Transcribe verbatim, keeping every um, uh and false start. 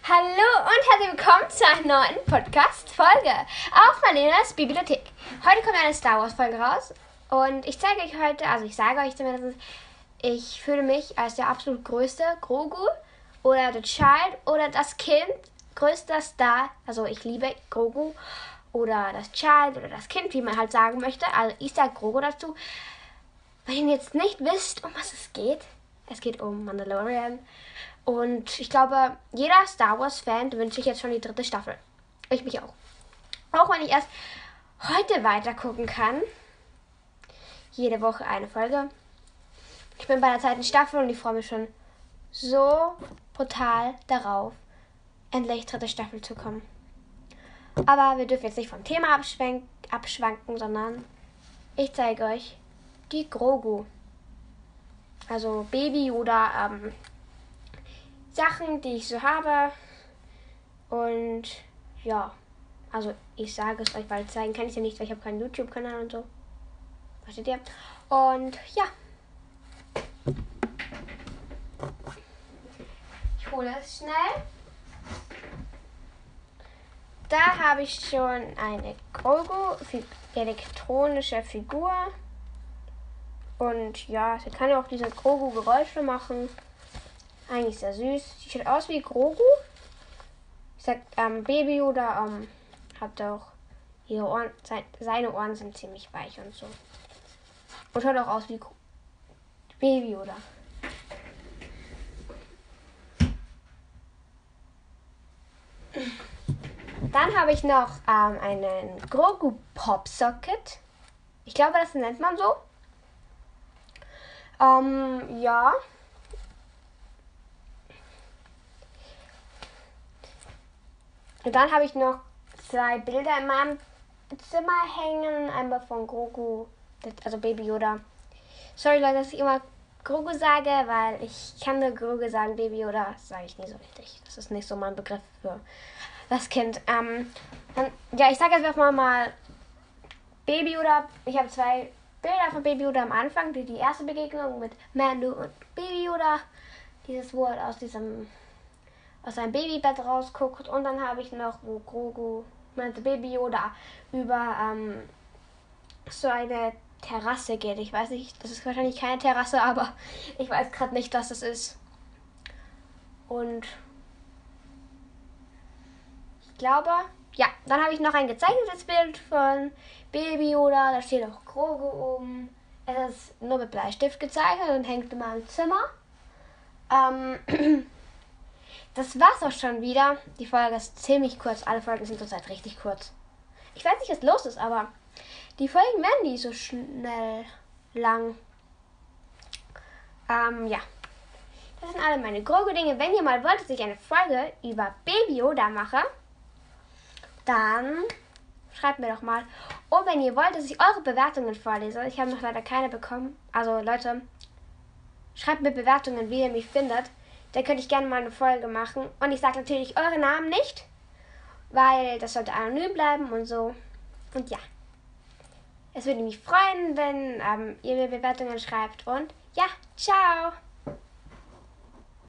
Hallo und herzlich willkommen zu einer neuen Podcast-Folge auf Marlenas Bibliothek. Heute kommt eine Star Wars-Folge raus und ich zeige euch heute, also ich sage euch zumindest, ich fühle mich als der absolut größte Grogu oder The Child oder das Kind, größter Star. Also ich liebe Grogu oder das Child oder das Kind, wie man halt sagen möchte. Also ich sage Grogu dazu. Wenn ihr jetzt nicht wisst, um was es geht, es geht um Mandalorian. Und ich glaube, jeder Star Wars-Fan wünscht sich jetzt schon die dritte Staffel. Ich mich auch. Auch wenn ich erst heute weiter gucken kann. Jede Woche eine Folge. Ich bin bei der zweiten Staffel und ich freue mich schon so brutal darauf, endlich dritte Staffel zu kommen. Aber wir dürfen jetzt nicht vom Thema abschwenk- abschwanken, sondern ich zeige euch die Grogu. Also Baby Yoda, ähm, Sachen, die ich so habe. Und ja, also ich sage es euch, weil zeigen kann ich ja nicht, weil ich habe keinen YouTube-Kanal und so. Versteht ihr? Und ja. Ich hole es schnell. Da habe ich schon eine Grogu, elektronische Figur. Und ja, sie kann ja auch diese Grogu-Geräusche machen. Eigentlich sehr süß. Sie sieht aus wie Grogu. Ich sag, ähm, Baby Yoda ähm, hat auch ihre Ohren, seine Ohren sind ziemlich weich und so. Und schaut auch aus wie Gro- Baby Yoda. Dann habe ich noch ähm, einen Grogu Pop Socket. Ich glaube, das nennt man so. Ähm, ja. Und dann habe ich noch zwei Bilder in meinem Zimmer hängen. Einmal von Grogu, also Baby Yoda. Sorry Leute, dass ich immer Grogu sage, weil ich kann nur Grogu sagen. Baby Yoda sage ich nie so richtig. Das ist nicht so mein Begriff für das Kind. Ähm, dann, ja, ich sage jetzt einfach mal, mal Baby Yoda. Ich habe zwei Bilder von Baby Yoda am Anfang. Die, die erste Begegnung mit Mando und Baby Yoda. Dieses Wort aus diesem... aus seinem Babybett rausguckt. Und dann habe ich noch, wo Grogu, meinte Baby Yoda, über ähm, so eine Terrasse geht. Ich weiß nicht, das ist wahrscheinlich keine Terrasse, aber ich weiß gerade nicht, was das ist. Und ich glaube, ja, dann habe ich noch ein gezeichnetes Bild von Baby Yoda. Da steht auch Grogu oben. Es ist nur mit Bleistift gezeichnet und hängt in meinem Zimmer. Ähm... Das war's auch schon wieder. Die Folge ist ziemlich kurz. Alle Folgen sind zurzeit richtig kurz. Ich weiß nicht, was los ist, aber die Folgen werden nie so schnell lang. Ähm, ja. Das sind alle meine Grogu-Dinge. Wenn ihr mal wollt, dass ich eine Folge über Baby Yoda mache, dann schreibt mir doch mal. Und wenn ihr wollt, dass ich eure Bewertungen vorlese, ich habe noch leider keine bekommen. Also Leute, schreibt mir Bewertungen, wie ihr mich findet. Da könnte ich gerne mal eine Folge machen. Und ich sage natürlich eure Namen nicht, weil das sollte anonym bleiben und so. Und ja, es würde mich freuen, wenn ähm, ihr mir Bewertungen schreibt. Und ja, ciao!